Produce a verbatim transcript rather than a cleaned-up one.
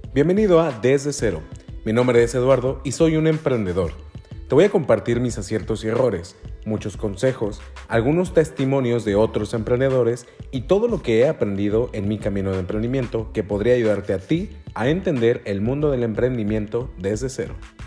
Bienvenido a Desde Cero. Mi nombre es Eduardo y soy un emprendedor. Te voy a compartir mis aciertos y errores, muchos consejos, algunos testimonios de otros emprendedores y todo lo que he aprendido en mi camino de emprendimiento que podría ayudarte a ti a entender el mundo del emprendimiento desde cero.